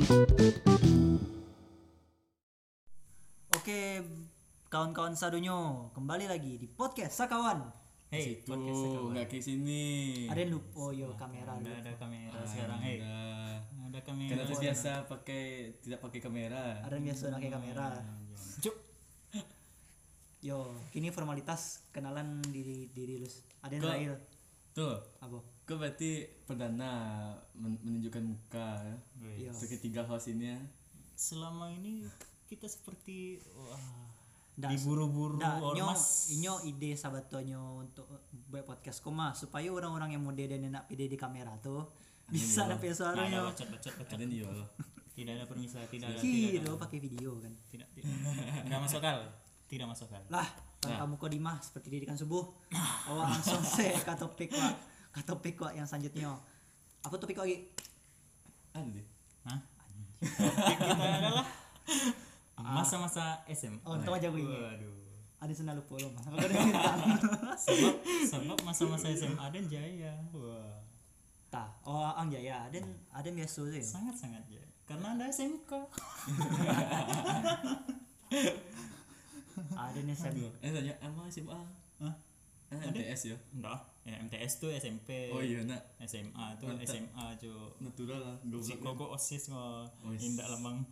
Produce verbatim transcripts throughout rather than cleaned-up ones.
Oke, kawan-kawan sadonyo, kembali lagi di podcast Sakawan. Hey, podcast Sakawan. Nggak ke sini. Ada yang lupa yo kamera. Ada ada kamera Ah, sekarang. Hey, ada. ada kamera. Karena biasa pakai tidak pakai kamera. Ada yang biasa pakai kamera. Cuk. Yo, kini formalitas kenalan diri diri lu. Ada yang Kok- terakhir. Tuh, Apa? kau berarti perdana men- menunjukkan muka ya. Iya. Untuk ketiga host ini ya. Selama ini kita seperti wah, Ndak- diburu-buru Nah, nyo, ormas. inyo ide sabatonyo untuk buat podcast koma supaya orang-orang yang mode dan enak pede di kamera tuh bisa yo. dapat Nah, ada suaranya. bacot bacot bacot. Ada nih yo. Tidak ada permisah, tidak ada. Kiro Tidak, pakai video kan. tidak, tidak. Tidak masuk akal. Tidak masuk akal. Lah, tanpa muka dimah seperti didikan subuh. Awak langsung se ke topik wak. Ke topik wak yang selanjutnya. Apa topik wak lagi? Ada deh. Hah? Topik kita adalah masa-masa S M A. Oh, untung aja gue ingat. Waduh. Ada sana lupa lo mas. Maka udah cerita. Sebab sebab masa-masa S M A dan jaya. Wah. Tah, oh ang jaya. Dan ada yang biasa sih. Sangat-sangat jaya. Karena Anda S M K. Ada nih saya. Eh tanya ama S M A. Hah? Eh, M T S ya. Enggak. Ya, M T S tuh S M P. Oh iya nak. S M A tuh Mantap. S M A cuy. Natural lah. Si Goblok. koko OSIS kok Wis. indak lambang.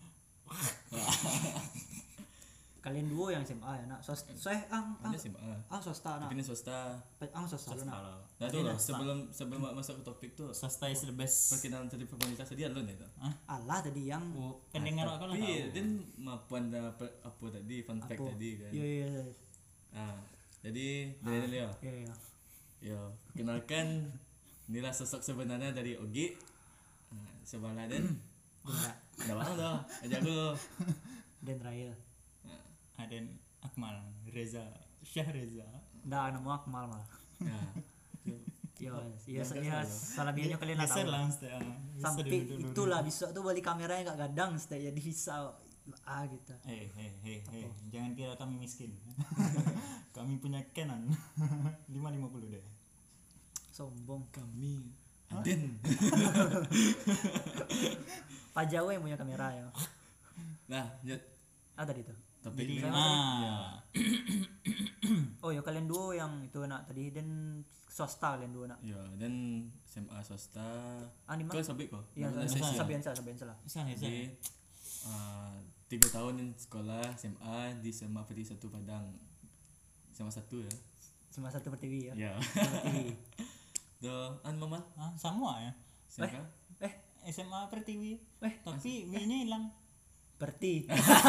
Kalian dua yang S M A ya nak. Sos, saya ang ang Ada S M A. ang swasta nak. Tapi ini swasta. Ang swasta lu nak. Kalau Nah tuh Ada loh, swasta. sebelum sebelum masuk ke topik tuh swasta is the best. perkenalan tadi komunitas tadi alun ya tuh. Allah tadi yang Oh, Pendengar aku lah tapi tahu. dia mapuan dah apa, apa tadi fun fact apa? tadi kan. Iya iya iya. Ah, jadi dari dulu ya. Iya iya. Yo, kenalkan inilah sosok sebenarnya dari Ogi. Ah, sebelah dan Benar. udah bang tuh, ajak gue. Dan Rail. Aden Akmal Reza Syah Reza. Ndak nama Akmal malah. Nah, Yo, iya Yang iya kasar salahnya kalian lah Geser tahu. lah mesti. ah. Bisa Sampai dulu-dulu. itulah bisa tuh balik kameranya gak gadang stay jadi bisa ah gitu. Eh, eh, eh, eh, jangan kira kami miskin. Kami punya Canon lima lima puluh deh. Sombong. kami Aden. Pak Jawa yang punya kamera ya. Nah, lanjut Ah tadi tuh. topik Jadi ini. ah, Oh ya kalian dua yang itu nak tadi dan swasta kalian dua nak. Ya, dan S M A swasta. Ah di Kau mana? sabik kok? Iya, Namanya Sesi ya? sabian salah, sabian salah. sana sana. Jadi ah, tiga tahun yang sekolah S M A di S M A Peti Satu Padang. S M A satu ya. Cuma satu pertiwi ya. Ya. Pertiwi. Do, an mama Ah, sama ya. S M K. Eh, S M A Pertiwi. eh Tapi W-nya hilang. Perti.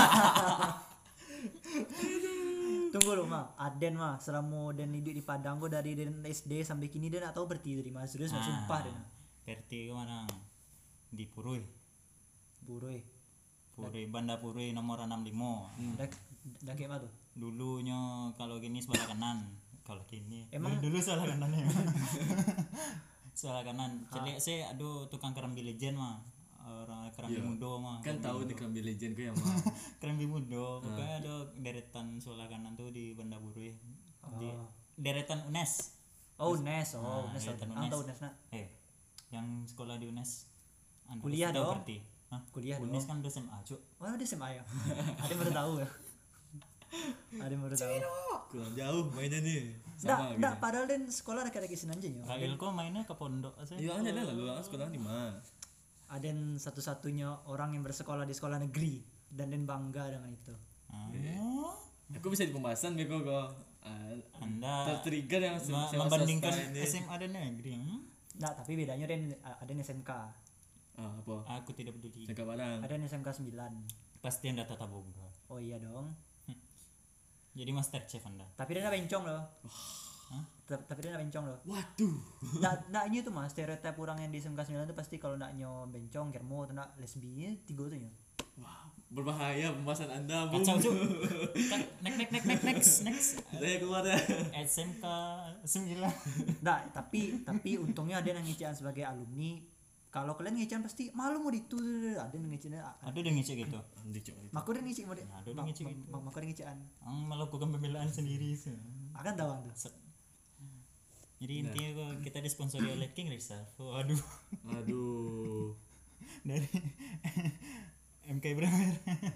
Tunggu lu mah, Aden mah selama dan hidup di Padang gua dari dan S D sampai kini dia nak tahu Perti dari mana serius Ah. mah sumpah dia. Perti kemana? Di Purui. Buroy. Purui Banda Purui nomor enam puluh lima. Dah dah kayak mana tuh? Dulunya kalau gini sebelah kanan. Kalau gini Emang- dulu, dulu sebelah kanan ya. Sebelah kanan. Celik sih aduh tukang kerambi legend mah. Orang kerambi Iya. muda mah. Kan tahu di Kerambi Legend gue yang mah. Kerambi muda. Pokoknya ada deretan sebelah kanan tuh di Banda Purui. Di Oh. deretan U N E S. Oh, Nes. Oh, Ah, Nes. iya, Ang Nes. tahu Nes nak. Eh, yang sekolah di U N E S. Anu, Kuliah tahu dong. berarti. Hah? Kuliah U N E S kan udah S M A, Cuk. Oh, dia S M A ya. Ada yang baru tahu ya. Ada yang baru tahu. Kurang jauh mainnya nih. Nggak, Sama nggak, gitu. padahal dan sekolah dekat-dekat sini aja ya. Rail kok mainnya ke pondok aja. Iya, aja lah lu lah sekolah di mana? Aden satu-satunya orang yang bersekolah di sekolah negeri dan dan bangga dengan itu. Ah, Aku bisa di pembahasan bego kok. Ah, Anda tertrigger yang se- ma- sewa membandingkan swasta ini. S M A dan negeri. Hmm? Nah, tapi bedanya dan ada S M K. Ah, apa? Aku tidak peduli. Jangka Padang. Ada S M K sembilan. Pasti Anda tata boga. Oh iya dong. Jadi master chef Anda. Tapi dia nak bencong loh. Hah? Ta- Tapi dia nak bencong loh. Waduh. Nak nak itu mah stereotip orang yang di S M K sembilan itu pasti kalau nak nyo bencong, kermo atau nak lesbi tiga tuh nyo. Wah, berbahaya pembahasan Anda, Bung. Kacau Cuk. Kan, Next next next next next next. Saya keluar ya. S M K sembilan. Nah, tapi tapi untungnya ada yang ngician sebagai alumni. Kalau kalian ngician pasti malu mau ditu ada yang ngician. Ada udah ngecek gitu. Anjing cok. Maka udah ngicik mau Ada udah ngecek gitu. Maka udah ngician. Ang melakukan pembelaan sendiri sih. Akan tahu tuh. Set. Jadi intinya kok kita disponsori oleh King Reserve. Waduh. Aduh. Dari M K berakhir.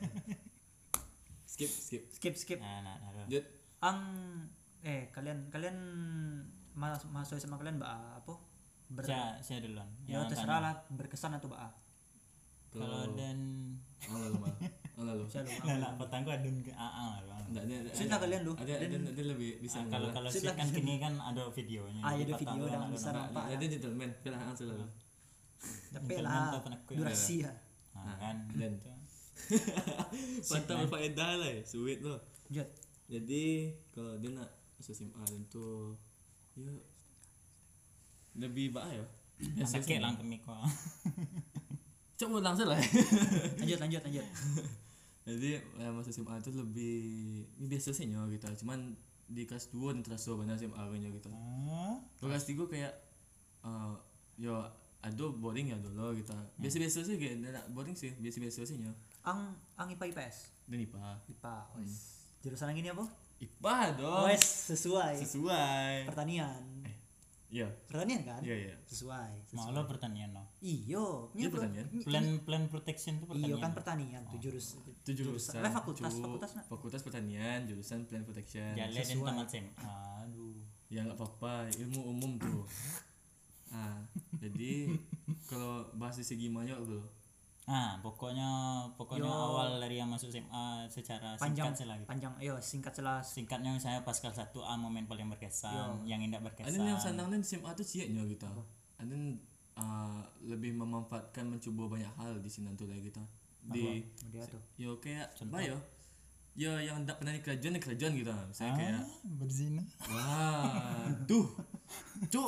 Skip skip. skip skip Nah, nah, nah. Lanjut. ang eh kalian kalian mas masuk sama kalian mbak apa ber Saya saya duluan. ya Yang terserah tanya. lah berkesan atau mbak Kalau dan Oh lalu mah. Oh lalu. saya lupa nah, nah, petangku adun ke A A lah. Enggak ada. ada- Cerita ada- kalian dulu. Ada ada ada lebih bisa Ah, kalau kalau Sit sih lah. kan kini kan ada videonya. Ah, Jadi ada petang video orang dan ada bisa nama. nampak. Ada gentleman, pilih langsung lalu. tapi Gentleman lah tuh penakut. durasi ya Nah, kan. Dan Itu. Mantap berfaedah lah, ya, sweet loh. Jod Jadi kalau dia nak masuk S M A tentu ya lebih baik ya. Biasa Pakai sih. lang kami kok. Coba langsung lah. lanjut lanjut lanjut Jadi eh, masuk S M A itu lebih ini biasa sih nyo gitu. Cuman di kelas dua dan terasa banyak S M A nya gitu. Ah, Kalau kelas tiga kayak eh yo ada boring ya dulu gitu. Biasa-biasa sih kayak nak boring sih, biasa-biasa sih nyo. ang ang I P A I P S Dan I P A. I P A wes jurusan yang ini apa I P A dong. wes sesuai Sesuai. pertanian Iya. pertanian kan Iya iya. sesuai mau sesuai lo pertanian no. iyo Iya pertanian. Plan plan protection tuh pertanian. iyo kan pertanian tuh jurus Itu jurusan. eh, fakultas cu- fakultas nak fakultas pertanian, jurusan plant protection. Jalan dan sesuai. tamat S M A. Aduh. Ya nggak apa-apa, ilmu umum tuh. Ah, jadi kalau bahas di segi banyak tuh. Ah, pokoknya pokoknya Yo. awal dari yang masuk S M A secara panjang singkat sih lah gitu. panjang iyo singkat jelas Singkatnya saya pas kelas satu A momen paling berkesan, yang indah berkesan. Ada yang senangnya di S M A tuh siaknya gitu. Ada uh, lebih memanfaatkan mencoba banyak hal di sini tuh lagi gitu. Di dia tuh yo kayak apa yo? Yo yang tak pernah di kerajaan di kerajaan gitu. Saya kayak Ah, berzina. wah, tuh. Cuk,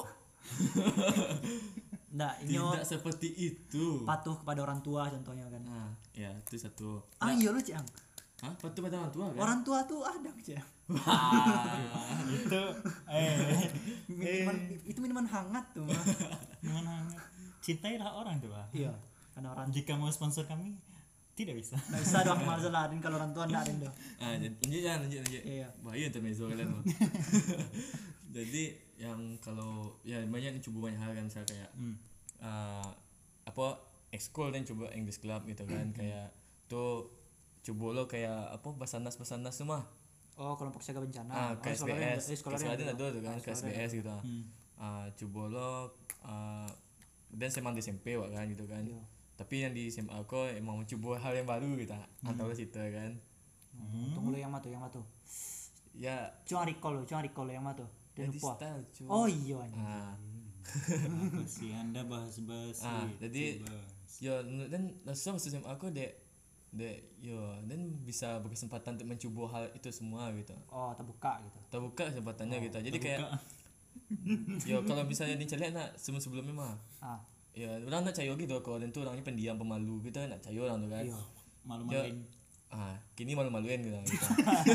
nah ini tidak seperti itu. patuh kepada orang tua contohnya kan Nah, ya itu satu. ah iya lu cang Hah? Patuh pada orang tua kan? orang tua tuh ada cang Ah, itu eh minuman itu minuman hangat tuh mah. gimana? Cintailah orang tuh, Pak. iya karena orang Jika mau sponsor kami tidak bisa. nggak bisa dong masalah dan kalau orang tua nggak ada dong Ah, jadi- lanjut ya, lanjut lanjut. Iya. Bahaya intermezzo kalian loh. Jadi yang kalau ya banyak yang coba banyak hal kan misalnya kayak Hmm. uh, apa ekskul dan coba English club gitu kan kayak tuh coba lo kayak apa basanas basanas semua oh kelompok siaga bencana ah Oh, K S B sekolahnya S ada- eh, K sekolahnya S B S ada. ada tuh kan Ah, K S B sekolahnya S gitu Hmm. ah coba lo uh, dan saya emang di S M P wak kan gitu kan Iya. tapi yang di S M A aku emang mencoba hal yang baru gitu antara situ kan Hmm. tunggu lu yang mana tuh yang mana tuh ya cuma recall lo cuma recall lo yang mana tuh dan jadi lupa style cuy oh iya anjing. ah Apa sih Anda bahas-bahas Ah, itu, jadi- bahas. ya dan langsung masuk S M A aku dek dek yo dan bisa berkesempatan untuk mencoba hal itu semua gitu oh terbuka gitu terbuka kesempatannya gitu jadi Terbuka. kayak yo kalau misalnya dicelek nak sebelum sebelumnya mah ah ya orang nak cayo gitu kalau dan tu orangnya pendiam pemalu gitu nak cayo orang tu kan iya Malu-maluin. ah kini malu-maluin gitu, gitu.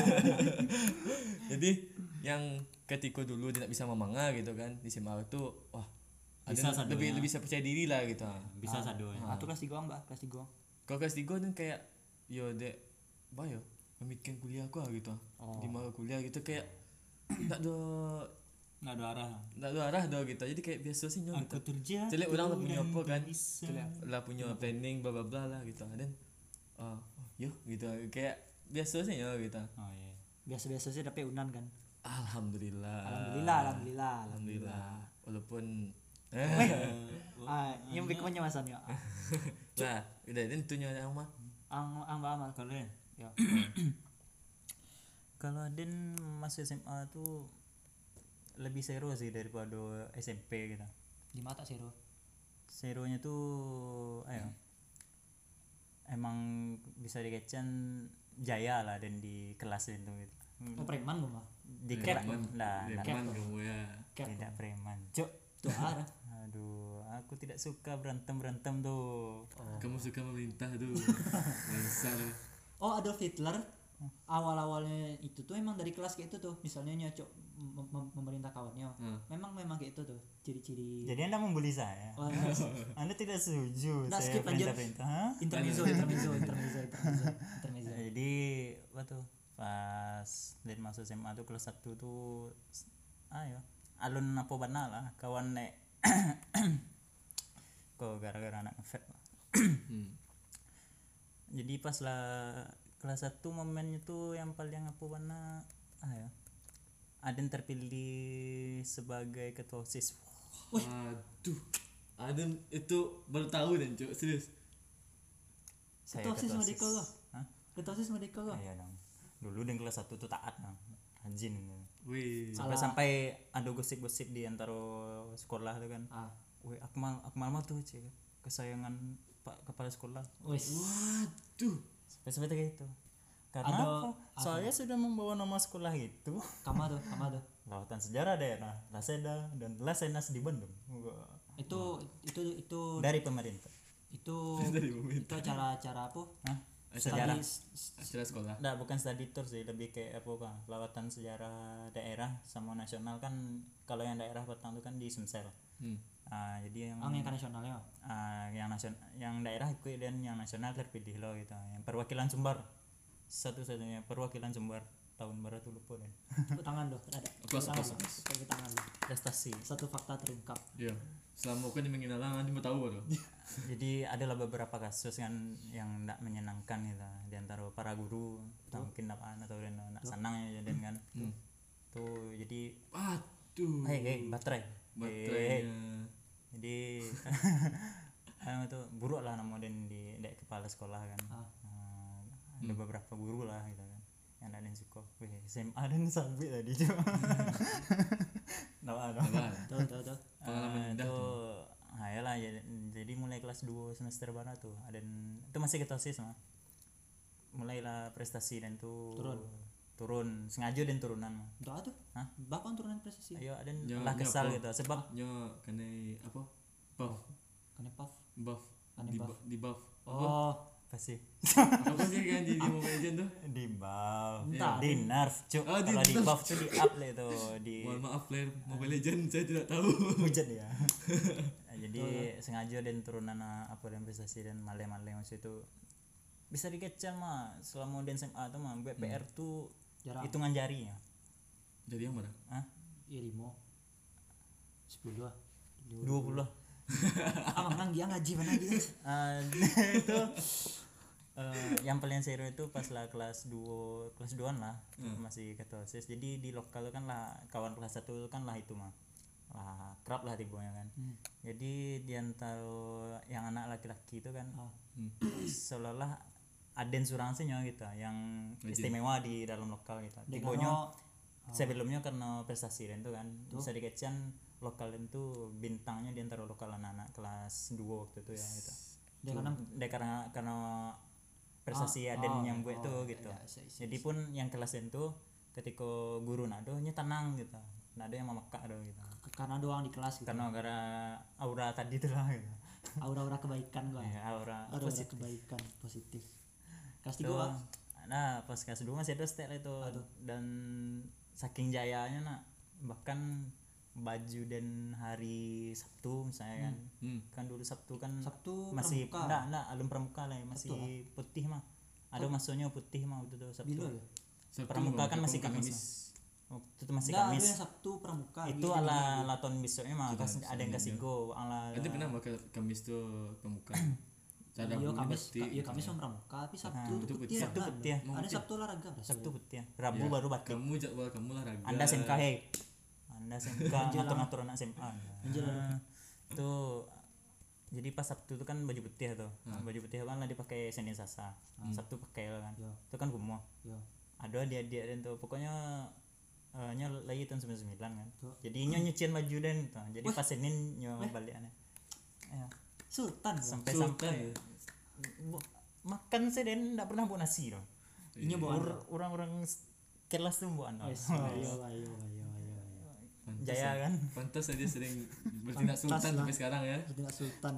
Jadi yang ketika dulu dia nak bisa memanga gitu kan di S M A itu wah Bisa ada sadonya. lebih lebih bisa percaya diri lah gitu Bisa sado ya. ah tuh kelas tiga mbak kelas tiga kalau kelas tiga kan kayak yo dek apa yo memikirkan kuliah aku lah gitu Oh. di mana kuliah gitu kayak tak ada Nggak ada arah. tak ada arah dah gitu jadi kayak biasa sih nyok Aku gitu terjatuh. Celek orang lah punya dan apa kan? bisa. lah punya planning bla bla bla lah gitu dan ah yo gitu kayak biasa sih nyok gitu Oh iya. biasa-biasa sih tapi unan kan alhamdulillah alhamdulillah alhamdulillah alhamdulillah walaupun ah yang bikin masan ya nah udah dan tuh nyonya yang mah ang ang mbak amal Kalau ya. ya Kalau Aden masuk S M A tuh lebih seru sih daripada S M P gitu. di mata sih Ro Serunya tuh ayo. Emang bisa dikecan jaya lah dan di kelas itu gitu. oh preman gua mah Di kelas lah, lah, preman kamu ya Cap. tidak preman. Cuk. tuh ada Aduh, aku tidak suka berantem-berantem tuh. kamu suka memerintah tuh besar oh Adolf Hitler awal-awalnya itu tuh emang dari kelas kayak itu tuh misalnya nyocok mem- mem- memerintah kawannya Hmm. memang memang kayak itu tuh ciri-ciri Jadi Anda membuli saya. oh, nah, Anda tidak setuju Nah, saya skip lanjut. perintah-perintah. Hah? intermezzo intermezzo intermezzo intermezzo intermezzo Jadi apa tuh? Pas dan masuk S M A tuh kelas satu tuh ayo alun apa bana lah kawan nek kok gara-gara anak ngefet hmm. jadi pas lah kelas satu momennya tuh yang paling apa warna ah ya Aden terpilih sebagai ketua OSIS. Waduh, Aden itu baru tahu dan cok serius. Saya Ketua OSIS ketua Merdeka OSIS. kah? Hah? Ketua OSIS Merdeka kah? Iya dong. Dulu di kelas satu tuh taat dong. Rajin. Wih, Sampai sampai ada gosip-gosip di antara sekolah tuh kan. Ah. Wih, Akmal Akmal mah tuh cek kesayangan Pak kepala sekolah. Wis. waduh, Sampai sampai kayak gitu. Karena Ada- apa? Soalnya sudah membawa nama sekolah itu. Kama tuh, kama tuh. Lautan Sejarah Daerah Laseda dan Lasenas di Bandung. Wah. Itu itu itu Dari pemerintah. itu dari itu pemerintah. acara-acara apa? Hah? Study- Sejarah. s- s- Acara sekolah. Nggak, bukan study tour sih, lebih kayak apa kan? Lawatan sejarah daerah sama nasional kan. Kalau yang daerah pertama itu kan di Sumsel. Hmm. Ah, jadi yang Oh, yang nasionalnya. ah, yang nasional yang daerah ikut dan yang nasional terpilih loh gitu. Yang perwakilan Sumbar. Satu-satunya perwakilan Sumbar tahun baru tuh lupa dan Tepuk tangan loh, ada. Aplaus, Tepuk tangan aplaus, loh, aplaus. tepuk tangan loh. prestasi. Satu fakta terungkap. Iya. Selama kan di mengenal nanti mau tahu tuh. Jadi adalah beberapa kasus kan yang tidak menyenangkan gitu di antara para guru, tak mungkin apaan atau dan nak senang ya dan kan. Tuh jadi Waduh. hei hei baterai. Hei, hei. Baterainya. Jadi anu tuh buruk lah nama dan di dek kepala sekolah kan. Ah. Nah, ada beberapa guru lah gitu kan yang ada yang suka. Wih, S M A dan sampai tadi tuh. Nah, nah. Apa? Tuh, tuh, tuh. Pengalaman Eh, indah itu tuh. ah, yalah, jadi, jadi mulai kelas dua semester baru tuh ada itu masih ketua OSIS mah mulailah prestasi dan tuh Turun. turun sengaja dan turunan mah. Doa tuh. Hah? Bapak turunan prestasi. Ayo ada Ya, lah ya, kesal apa? gitu sebab Nyo kena apa? Buff, Kan puff. buff. Kena Di buff. bu- di buff. Oh, pasti Apa sih kan di di Mobile Legend tuh? di buff Entah. di nerf cuk Oh, di kalau di nerf. buff tuh di up lah itu di Mohon maaf player Mobile Legend saya tidak tahu. hujan ya. Nah, jadi sengaja dan turunan ah, apa dan prestasi dan male-male maksud itu bisa dikecam mah selama dan S M A tuh mah B P R tuh jarang. hitungan jari ya. Jadi yang mana? Hah? Iya lima. Sepuluh ah. dua puluh. Ah, menang dia ngaji mana gitu. Ah, itu eh, yang paling seru itu pas lah kelas dua kelas dua lah masih ketua OSIS. Jadi di lokal kan lah kawan kelas satu kan lah itu mah lah kerap lah tibonya kan. Jadi di antara yang anak laki-laki itu kan Ah. seolah-olah aden surangsenya gitu yang istimewa di dalam lokal gitu. Dia Tibonya karena- sebelumnya karena prestasi dan tuh kan bisa dikecam lokal itu bintangnya di antara lokal anak-anak kelas dua waktu itu ya gitu. Dia karena Dia karena karena prestasi Ah, Aden oh, yang buat oh, itu gitu. iya, iya, iya, Jadi pun yang kelas itu ketika guru nado nya tenang gitu. Nado yang memekak do gitu. karena doang di kelas gitu. Karena gara aura tadi itu lah gitu. Aura-aura kebaikan gua. Ya, aura Aura positif. kebaikan positif. Kelas Itu, tiga ah. nah pas kelas dua masih ada style itu dan saking jayanya nak bahkan baju dan hari Sabtu misalnya kan Hmm. kan dulu Sabtu kan Sabtu masih pramuka. enggak enggak alun pramuka lah ya, masih putih mah ada masuknya putih mah waktu itu Sabtu Bilu ya? Sabtu pramuka kan masih pramuka Kamis waktu itu masih Enggak, ada Kamis yang Sabtu pramuka. itu Iya, ala ala tahun besoknya mah kas- ada yang kasih go ala Nanti pernah pakai Kamis tuh pramuka. Cara Iya bunyi Kamis, batik iya gitu Kamis ya. sama pramuka, tapi Sabtu itu tuh putih. putih. Sabtu kan? putih ya. Ada Sabtu olahraga berasa. Sabtu putih ya. Rabu baru batik Kamu jadwal kamu olahraga. anda S M K hei anda S M K ngatur-ngatur anak S M A nah, itu jadi pas Sabtu itu kan baju putih tuh baju putih kan lah dipakai Senin Selasa Sabtu pakai lah kan Iya. itu kan kumuh Yo. ada dia dia dan tuh pokoknya eh, nya lagi tahun sembilan puluh sembilan kan Tuh. jadi nyo nyucian baju dan tuh. Jadi pas Senin nyo balik aneh ya, Sultan. Bang. sampai Sultan sampai ya. bu- makan saya dan enggak pernah buat nasi loh Ini bawa Or- orang-orang kelas tuh buat Ayo, ayo, ayo, ayo, ayo. Pantas Jaya ya. kan Pantas aja sering bertindak Pantas sultan lah. sampai sekarang ya. Tidak Sultan.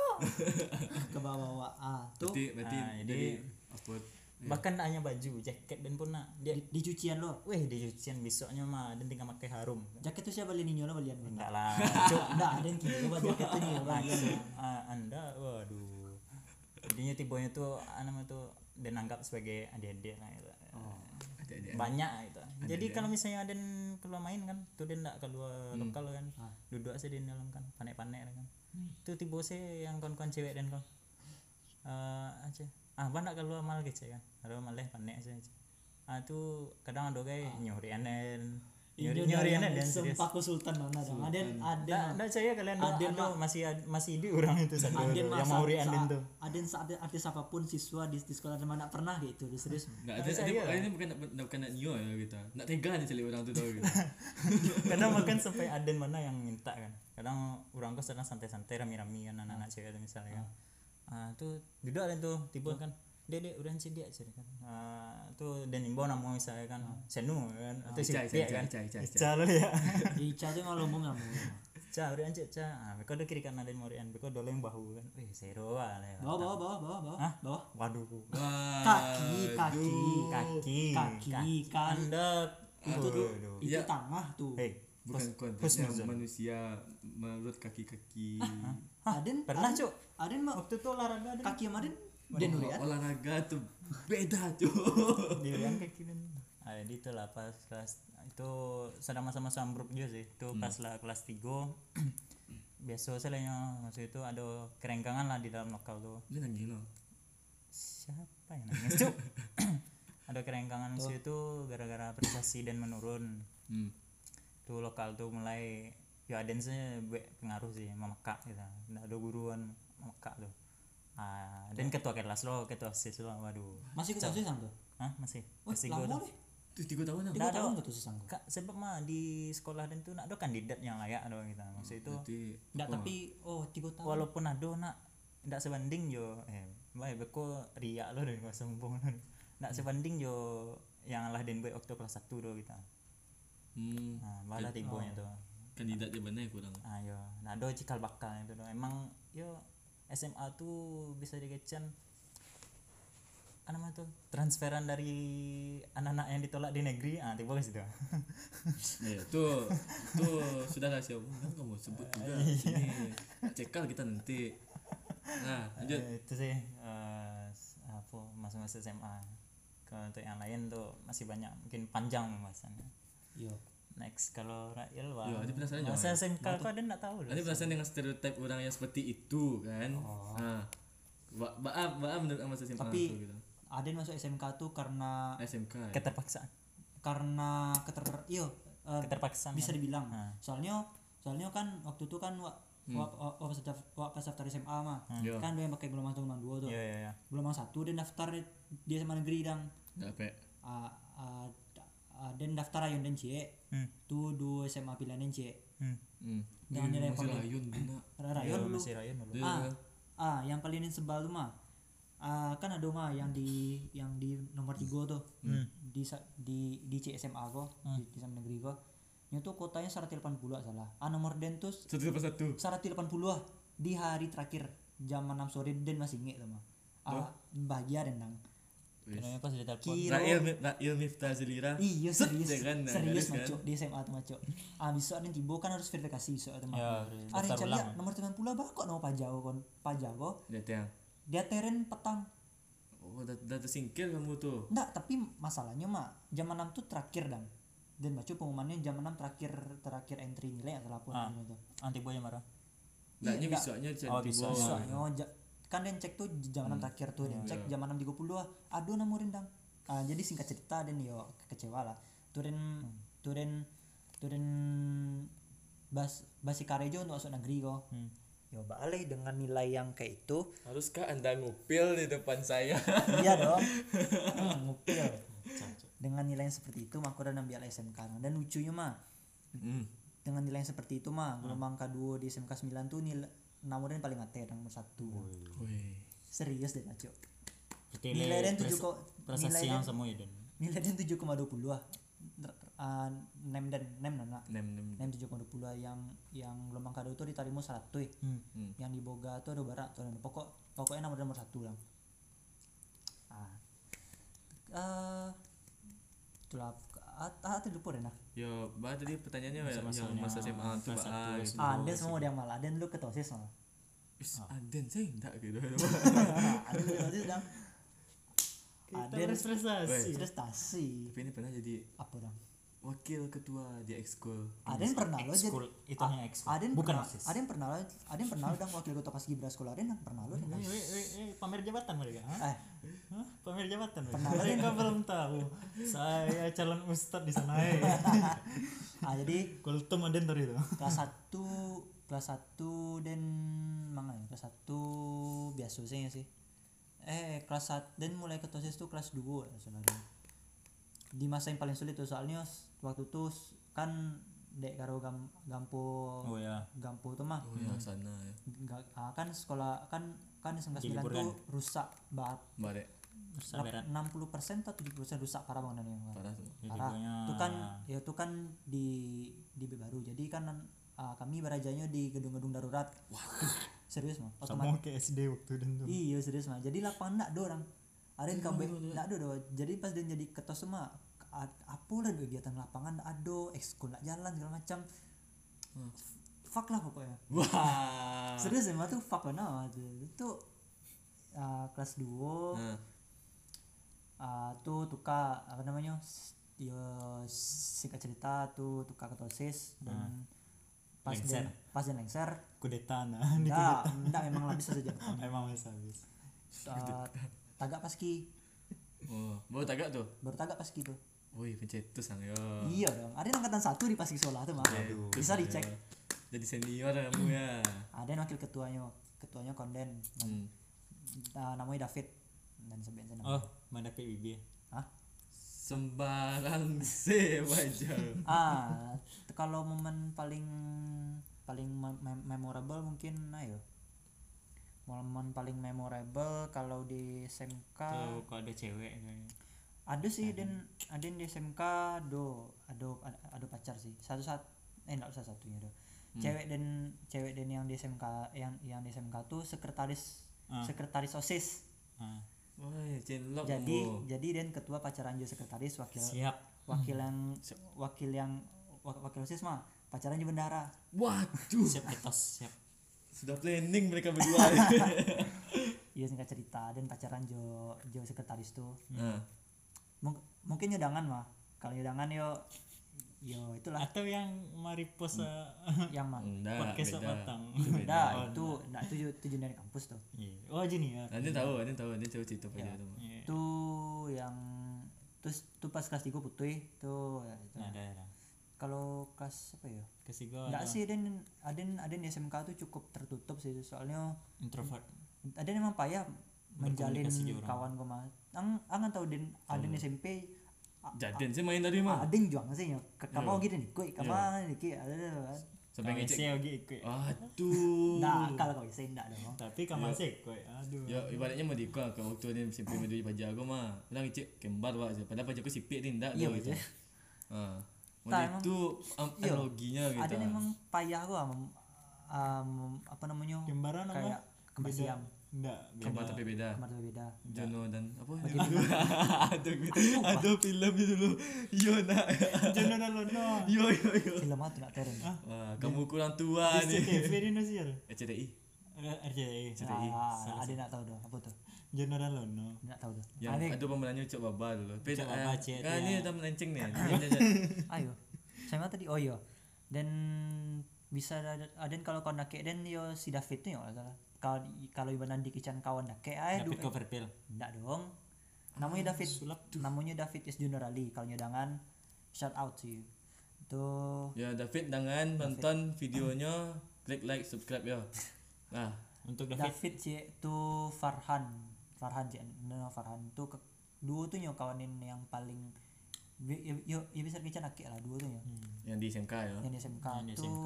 Ke bawah-bawah. Ah, tuh Berarti berarti Ah, jadi- jadi upload. bahkan tak hanya baju jaket dan pun nak dia di, di cucian lo. weh di cucian besoknya mah dan tinggal pakai harum Jaket tuh siapa beliin lo belian? enggak lah Cuk, enggak ada yang kira buat jaket tuh nih belian. maksud ah, anda waduh jadinya tibanya tuh anak tuh dan anggap sebagai adik-adik lah gitu. Adik-adik. Banyak gitu jadi kalau misalnya ada keluar main kan tuh dia enggak keluar lokal kan Ah. duduk aja di dalam kan panek-panek kan tuh tiba saya yang kawan-kawan cewek dan kau eh aja ah banyak kalau amal kece kan ada amal leh panek aja ah tuh kadang ada kayak nyuri anen nyuri nyuri anen dan serius Sumpah aku sultan mana dong. Aden Aden Nggak, nggak saya kalian do, Aden aduh, mah- masih ad- masih di orang itu satu Aden yang masa mau ri Aden tuh Aden saat artis apapun siswa di, di sekolah mana pernah gitu serius. Nggak ada, Saya- dia, ini bukan nak, bukan nak nyo ya kita. Nak tega nih cari orang tu tahu gitu. kadang makan sampai Aden mana yang minta kan kadang orang kos sedang santai-santai rami-rami kan anak-anak cewek itu misalnya kan ah tuh duduk Aden tuh tiba kan dek dek udah sih dia cerita kan ah tuh dan imbau nama misalnya kan senu kan atau si Cai, dia cai, kan cai, cai, cai. Ica lo ya Ica tuh malu ngomong kamu. Ca udah cek ca ah beko udah kiri kanan Aden mau rian beko dolo yang bahu kan wih seru lah ya Bawa bawa bawa bawa bawa. Hah? Bawa. waduh Wah, Kaki, kaki. kaki Kaki kan. andek Itu tuh Waduh. itu Ya. tangah tuh. hei bukan konteksnya manusia menurut kaki-kaki. Aden pernah cuk Aden mah waktu itu olahraga Aden kaki yang Aden Den Oh, ya. olahraga tuh beda tuh. di rian kaki dan ah jadi itu lah pas kelas itu sedang masa-masa ambruk juga sih itu pas lah kelas tiga biasa selanya maksud itu ada kerenggangan lah di dalam lokal tuh Dia nangis loh. siapa yang nangis cuk ada kerenggangan sih itu gara-gara prestasi dan menurun Hmm. tuh lokal tuh mulai ya Aden sih be- pengaruh sih memekak gitu nggak ada guruan memekak tuh ah dan ketua kelas lo ketua sis lo waduh Masih ikut sih tuh. Hah masih Wah, masih lama gua deh. Tuh tiga tahun lah. Tiga Nggak ada. tahun tuh sisang. Kak, sebab mah di sekolah dan tuh nak ada kandidat yang layak doang kita maksud itu Berarti Enggak, apa? tapi oh tiga tahun. walaupun ada nak ndak sebanding jo eh baik beko riak lo dan gak sombong lo ndak sebanding jo yang lah den boy waktu kelas satu do kita Hmm. nah malah tibonya tuh Kandidat di mana ya kurang. ayo nah do cikal bakal itu do emang yo S M A tuh bisa dikecan apa namanya tuh transferan dari anak-anak yang ditolak di negeri ah tiba ke situ Ya, tuh tuh sudah rahasia umum kan kamu sebut juga sini. Cekal kita nanti. Nah, lanjut. Eh, itu sih eh, s- apa masa-masa S M A kalau untuk yang lain tuh masih banyak mungkin panjang pembahasannya Iya. next kalau Rail wah Yo, dia penasaran masa jangan. S M K kok ada nggak tahu loh Nanti penasaran dengan stereotip orang yang seperti itu kan. Nah, ba ba ba menurut masa S M A Tapi tuh gitu. Aden masuk S M K tuh karena S M K. Ya? keterpaksaan karena keter iyo eh, keterpaksaan bisa kan? dibilang. Nah. Soalnya soalnya kan waktu itu kan wa, wa, wa, wa, pas daf- wa- pas daftar S M A mah Iya. kan dia yang pakai gelombang satu gelombang dua tuh. iya iya iya Gelombang satu dan daftar di S M A negeri dang. Enggak apa. Ah, ah, da- ah, dan daftar ayon dan C. hmm. Tuh dua S M A pilihan dan C. Hmm. Hmm. Jangan nilai masih paling- rayun benar. Rayon Iya, dulu. masih Rayon dulu Iya. Ah, ah yang paling sebal tuh mah ah kan ada mah yang di yang di nomor tiga tuh di sa- di di C S M A kok di, di S M A negeri kok itu tuh kotanya seratus delapan puluh salah ah nomor den tuh Satu per satu. seratus delapan puluh ah di hari terakhir jam enam sore den masih inget tuh mah ah bahagia den nang Kenapa pas ditelepon Kiro Rail Rail Miftah Zelira. iya serius ya kan, nah, serius garis kan. maco di S M A tuh maco ah besok ada tiba kan harus verifikasi besok ada mah ya ah daftar cari ulang ya, nomor sembilan puluh bah kok nomor pajago kon pajago Lihat yang. dia teren petang. Oh, udah, udah tersingkir kamu tuh. Enggak, tapi masalahnya mah jam enam tuh terakhir dan dan baca pengumumannya jam enam terakhir terakhir entry nilai atau apa Ah. gitu. anti boy marah Enggak, ini enggak. besoknya jadi Oh, bisa. bawah. Soalnya ja- kan dan cek tuh jam enam terakhir tuh dan cek jam enam tiga puluh aduh namurin dang. Ah, jadi singkat cerita dan yo kecewa lah. Turen turen turen bas basi karejo untuk masuk negeri kok. hmm. Yo balik dengan nilai yang kayak itu. Haruskah Anda ngupil di depan saya? Iya dong. Hmm, ngupil. Dengan nilai yang seperti itu mah aku udah ambil S M K dan lucunya mah Hmm. dengan nilai yang seperti itu mah gelombang K dua di S M K sembilan tuh nilai nomornya paling ngate nomor satu Wih. serius deh maco Berarti nilai dan tujuh pres- kok prestasi nilai yang dan semua ya dan nilai dan tujuh koma dua puluh ah Ah, nem dan nem nana Nem nem. nem tujuh koma dua puluh yang yang gelombang K dua itu diterima seratus hmm. Hmm. yang di Boga tuh ada barat tuh pokok pokoknya nomor nomor satu lah ah eh itulah ah ah itu lupa deh nah Yo, bah tadi pertanyaannya ya, yang Masa-masanya masa S M A tuh kelas bah. satu, gitu. ah dan semua yang malah dan lu ketosis malah Is, Aden saya enggak gitu. ada ketosis dong ada prestasi Weh. prestasi Tapi ini pernah jadi apa dong wakil ketua di ekskul. Ada yang pernah lo jadi Ekskul itu hanya ekskul. ada yang Bukan pernah, OSIS. ada yang pernah lo ada yang pernah lo dang wakil ketua paskibra sekolah ada yang pernah lo dang. Eh, eh, eh, eh, pamer jabatan mereka. Hah? Eh, Hah? Pamer jabatan. Pernah. Mereka Mereka belum tahu. Saya calon ustad di sana. eh. ah jadi Kultum ada ntar itu. kelas satu kelas satu dan mana ya kelas satu biasa sih ya sih eh kelas satu dan mulai ketosis tuh kelas dua sebenarnya di masa yang paling sulit tuh soalnya waktu tuh kan dek karo gam, gampo Oh ya. gampo tuh mah Oh ya sana ya. Ga- ah, kan sekolah kan kan S M K sembilan Diliburkan. tuh rusak banget Barek Sabaran. enam puluh persen atau tujuh puluh persen rusak parah banget nih parah tuh. parah Jadinya itu kan ya itu kan di di B baru jadi kan ah, kami berajanya di gedung-gedung darurat serius mah otomatis sama kayak S D waktu dan tuh. iya serius mah jadi lapangan nak do orang ada yang kabe nak do do jadi pas dia jadi ketos semua apa lah kegiatan lapangan nak ado ekskul nak jalan segala macam fuck lah pokoknya Wah. serius emang tuh fuck banget itu ah, kelas dua Nah, ah, tuh tuka apa namanya s- yo singkat cerita tuh tuka ketosis dan pas Lengser. dan pas dan lengser Kudeta nah. Di enggak enggak memang lebih saja Emang bisa habis. uh, tagak paski oh, baru tagak tuh. baru tagak paski tuh Woi, pencetus sang yo. iya dong ada yang angkatan satu di paski sekolah tuh mah Pencetus, bisa sang, dicek yo. Jadi senior kamu ya. ada yang wakil ketuanya ketuanya konden Hmm. uh, namanya David dan sebenarnya Oh, mana P I B. Hah? Sembarang se wajar. ah t- kalau momen paling paling mem- mem- memorable mungkin ayo momen paling memorable kalau di S M K Tuh kok ada cewek kayaknya. ada sih dan ada yang di S M K do ada ada pacar sih satu satu eh enggak usah satunya do cewek dan cewek dan yang di S M K yang yang di S M K tuh sekretaris Ah. sekretaris OSIS Ah, Woi, cinlok jadi kamu. jadi dan ketua pacaran juga sekretaris wakil siap. wakil yang wakil yang wak- wakil OSIS mah pacaran juga bendara Waduh, Siap etos, siap. sudah planning mereka berdua. iya singkat cerita dan pacaran jo jo sekretaris tuh Nah, Mung- mungkin nyodangan mah kalau nyodangan yo yo itulah Atau yang mariposa yang mah enggak, podcast beda. batang. Itu beda. Nah, itu nah itu ju- itu juga dari kampus tuh. Iya. Oh, junior. Nanti tahu, nanti tahu, nanti tahu cerita pada itu. Iya. Itu yang terus tuh pas kelas tiga putih tuh ya, itu. Nah, ada ada. Kalau kelas apa ya? Kasih gua Enggak sih dan ada ada di S M K tuh cukup tertutup sih soalnya introvert. ada yang memang payah menjalin Berkomunikasi juga orang. kawan gue mah. Ang angan tahu den ada di S M P a- Jaden sih main tadi mah. ada yang juang sih ya. Kamu Iya. gitu nih, kuy, kamu nih, ki ada ada. Sampai ngecek. Saya lagi ikut. Aduh. Nah, kalau kau bisa enggak dong. Tapi kamu sih ikut. Aduh. Ya ibaratnya mau dikau ke waktu ni simpi medu pajak aku mah. Ulang ngecek kembar wak je. Padahal pajak aku sipit ni ndak Iya, dah gitu. betul. Ha. Tak, Mau emang- itu am- Iya. analoginya gitu. Ada yang memang payah gua mem- um, apa namanya? Kembaran apa? Kayak kembar Beda. siam, Enggak, Kembar tapi beda. kembar tuh beda. Jono dan apa? Aduh, aduh film itu dulu. Yo nak. Jangan ada lono. Yo yo yo. Film apa tuh nak teren? Wah, kamu kurang tua Di nih. C T V di Indonesia. R C T I. R C T I. Ah, ada nak tahu doh apa tuh? Jangan ada lono. Nak tahu doh. Yang Ada. ada pemenangnya Cok Baba dulu. Tapi Cok tak- Baba, eh, Cik, kan ya. ni dah melenceng ni. Dia- dia- dia- Ayo. Saya mah tadi oh iya. Dan bisa ada ada kalau kau nak dan yo si David tuh ya kalau salah. Kalau kalau ibadah di kican kawan nak kayak eh David Copperfield. enggak dong. Namanya David. Namanya David is Junior Ali. Kalau nyodangan shout out sih. Tuh Ya David jangan nonton videonya, klik like, subscribe ya. Nah, Untuk David. David sih itu Farhan Farhan sih no, Farhan tuh ke, dua tuh nyo kawanin yang paling bi- ya, yo ya bisa kican akik lah dua tuh nyo yang di S M K ya. yang di S M K Yang di S tuh M K.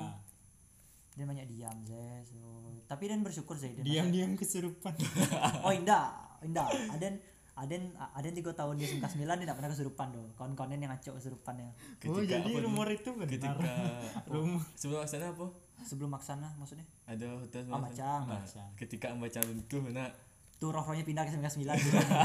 dia banyak diam sih so. Tapi dan bersyukur sih dia Diam-diam kesurupan. oh indah indah Aden Aden Aden tiga tahun di S M K sembilan dia tidak pernah kesurupan doh kawan-kawan yang ngaco kesurupannya Oh, Ketika jadi apa dulu? rumor itu benar. Ketika Rumor. sebelum sana apa? sebelum maksana maksudnya Ada hotel Ah, Macang. Ah, Macang. ketika membaca runtuh nak tuh roh-rohnya pindah ke S M K sembilan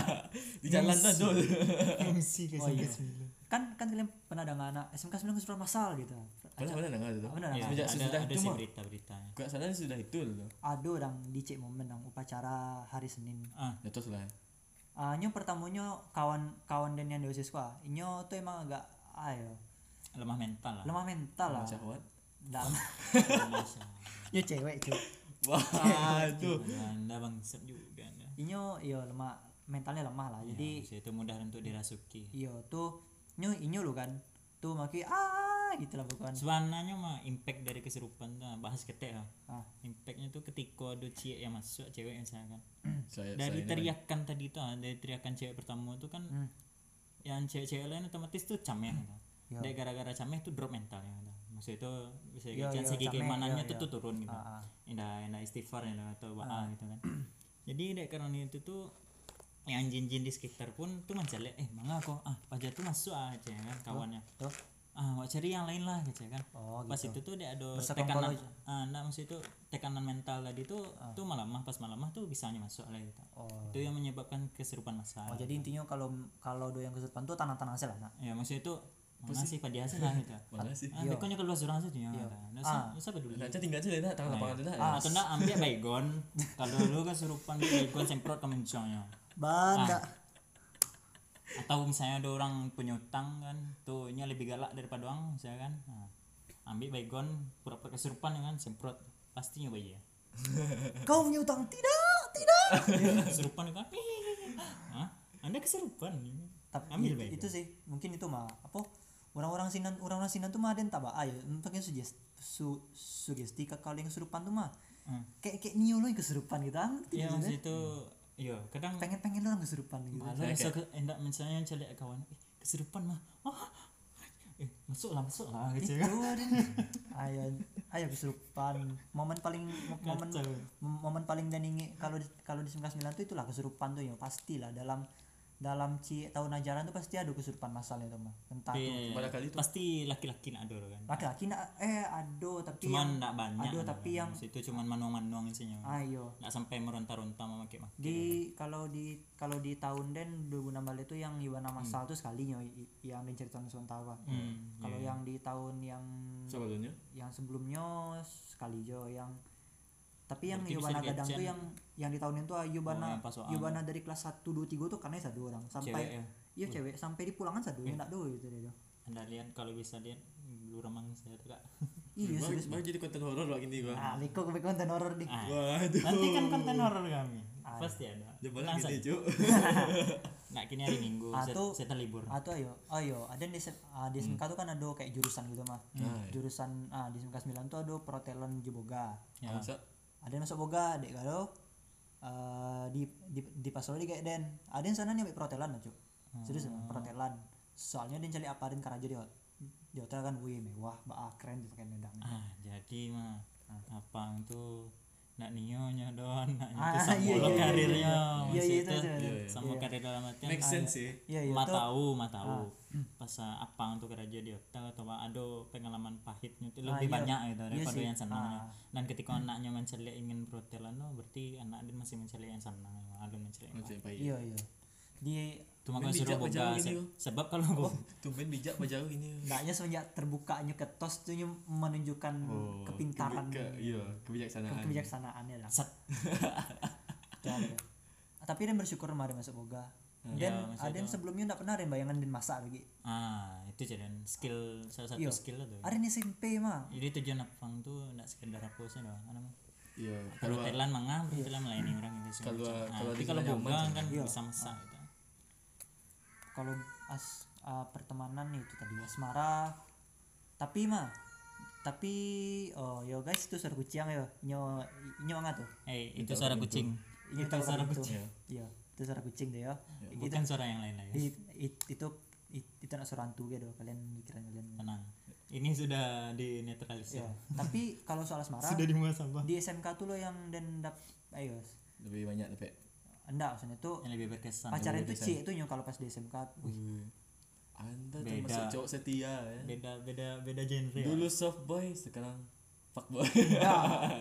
di jalan tuh Dul. M C ke Oh, iya. sembilan. kan kan kalian pernah dengar anak S M K sembilan kesurupan masal gitu Mana mana dengar tu? Benar, Ya, Semenjak ada sesudah ada itu sih mah. berita-beritanya. Kau sana sudah itu tu. ada orang di cek momen dong upacara hari Senin. Ah, Jatuh lah. Ah nyo pertamanya kawan kawan dan yang di OSIS gua. Nyo tuh emang agak ayo. lemah mental lah. lemah mental lah syahwat. nggak Masya. ya cewek cuy Wah, itu. Anda bangsat juga Anda. inyo iyo lemah mentalnya lemah lah jadi Ya, itu mudah untuk dirasuki. iyo tuh nyo inyo lo kan tuh maki ah gitu lah bukan Sebenarnya mah impact dari kesurupan tuh bahas ketek lah. ah Impactnya tuh ketika ada cewek yang masuk, cewek misalkan. Saya Dari saya teriakan tadi tuh, ah, dari teriakan cewek pertama tuh kan, Hmm. yang cewek-cewek lain otomatis tuh cameh. Gitu. Yo. Dari gara-gara cameh tuh drop mentalnya. Gitu. Maksudnya itu bisa Yo, dikatakan yo, segi cameh, keimanannya yo, tuh, yo. tuh turun gitu. Ah, ah. Indah, indah istighfar ya atau ba'a gitu kan. Jadi dari karena itu tuh yang jin-jin di sekitar pun tuh mencari eh mangga kok ah pajak tuh masuk aja ya kan kawannya. tuh Ah mau cari yang lain lah gitu ya kan. oh Pas gitu itu tuh dia ada Bersekongkol tekanan aja. ah nah maksud itu tekanan mental tadi tuh tuh malamah pas malamah tuh bisanya masuk lah gitu. oh Itu yang menyebabkan kesurupan massal. oh jadi intinya kalau kalau do yang kesurupan tuh tanah-tanah hasil lah nak Ya maksudnya itu mana sih pada hasil lah gitu. mana sih? Ah, bekonya keluar surang saja ya. Nah, Ah. sa- siapa dulu? Nah, tinggal aja lah tangan lapangan dulu. Ah, atau enggak ambil baygon. Kalau dulu kesurupan dia baygon semprot ke mencongnya. banda Atau misalnya ada orang punya utang kan, tuh nya lebih galak daripada orang, misalnya kan. Nah, ambil baygon pura-pura kesurupan ya kan, semprot pastinya bayar. kau punya utang tidak tidak Kesurupan kan. Hah? Anda kesurupan. tapi Ambil itu, baygon. itu sih mungkin itu mah apa orang-orang sinan orang-orang sinan tuh mah ada yang tak ayo pakai sugesti su, sugesti ke kalau yang kesurupan tuh mah Hmm. kayak kayak nio lo yang kesurupan gitu kan Iya maksud itu, iya kadang pengen pengen lo yang kesurupan gitu malah bisa ke enggak misalnya cari kawan eh, kesurupan mah. Ah, eh masuk lah masuk lah gitu itu ya. ada ayo ayo kesurupan momen paling mo- momen Kacau. mom- momen paling dan ingin kalau di- kalau di sembilan sembilan tuh itulah kesurupan tuh ya pastilah dalam dalam ci tahun ajaran tuh pasti ada kesurupan masalnya tuh mah entah tuh Tapi, Pada kali itu. pasti laki-laki nak ada kan. laki-laki nak eh ado tapi Cuman yang enggak banyak. Aduh, ada tapi kan. yang- Maksud itu cuman manuang-manuang isinya. ayo Enggak sampai meronta-ronta memakai maki. di kalau di kalau di tahun den dua ribu enam belas itu yang Iwana Masal tuh sekalinya i- i- yang diceritakan sementara Hmm. kalau yang di tahun yang Sebelumnya. yang sebelumnya sekali jo yang tapi yang Berarti bisa Yubana Gadang digecen. tuh yang yang di tahun itu Oh, Yubana yang pas soal. Yubana dari kelas satu dua tiga tuh karena satu orang Cewek sampai ya. iya cewek sampai di pulangan satu yang enggak do gitu dia. Anda lihat kalau bisa lihat dulu remang saya tuh kak. Iya Baru serius. baru jadi konten horor lagi nih gua. Ah, liko ke konten horor di. Ah, Waduh. nanti kan konten horor kami. Pasti ada. Coba Tenang lagi nih, saja. Cuk. Nah, kini hari Minggu, Ah, saya, tuh- saya terlibur. Atau ayo, ayo, ada di S- ah, di S M K tuh kan ada kayak jurusan gitu mah. Nah, Jurusan ah di S M K sembilan tuh ada perhotelan Jeboga. Ya. masa Ada yang masuk boga, dek kalau eh di di di pas di kayak den. Ada yang sana nih ambil perhotelan lah, Cuk. Serius Hmm. emang perhotelan. Soalnya dia cari apa den karaja di hot- di hotel kan wih mewah, bah keren tuh pakai nendang. Ah, jadi mah apa itu nak nionya don, nak Ah, itu sama iya, lo iya, iya, karirnya. iya. Iya, maksud iya, itu, itu, itu, itu. sama Iya. karir dalam artian make sense sih. Iya, iya ma tuh. tahu ma tahu Ah. pas ah, apa untuk kerja di hotel atau ada pengalaman pahitnya itu Ah, lebih iya. banyak gitu Iya daripada sih. yang senangnya. Ah. Dan ketika anaknya mencari ingin perhotelan no, berarti anak dia masih mencari yang senang, alun mencari yang Macam pahit. Iya, iya. Di cuma Main kalau suruh bijak boga bajau se- ini, yo. sebab kalau Oh. boga Tumben bijak bajau ini. Enggaknya semenjak terbukanya ke T O S tuh nyu- menunjukkan Oh, kepintaran ke, ke, iya, kebijaksanaan. kebijaksanaannya lah. sat Tuh ada. Tapi dia bersyukur kemarin masuk boga. Hmm. Dan Ya, maksudnya ada yang itu. sebelumnya enggak pernah ada yang bayangan dan masak lagi. ah itu jadi skill salah satu Iya. skill itu. Ada yang S M P mah. Jadi tujuan apang tuh enggak sekedar apa sih doang. Apa namanya? Iya, Kalau kalau Thailand mangga, perhotelan melayani orang gitu sih. Kalau- Nah, kalau tapi di kalau zona boga nyaman, kan iya. bisa masak gitu. Kalau as ah, pertemanan itu tadi asmara. Tapi mah tapi oh yo guys itu suara kucing yo nyo nyo nggak tuh Eh, itu suara kucing. ini Itu suara kucing. iya itu suara kucing deh ya itu Bukan suara yang lain lagi. it, it- itu it, itu nak suara hantu gitu kalian pikiran kalian Tenang. Ini sudah dinetralisir. ya tapi kalau soal asmara dimuasabah. di S M K tuh lo yang dan dap ayo lebih banyak tapi enggak maksudnya tuh Yang lebih berkesan. pacaran lebih tuh cie itu nyo kalau pas di S M K wih, Anda Beda. termasuk cowok setia ya. Beda beda beda genre. ya. Dulu soft boy, sekarang fuck boy. ya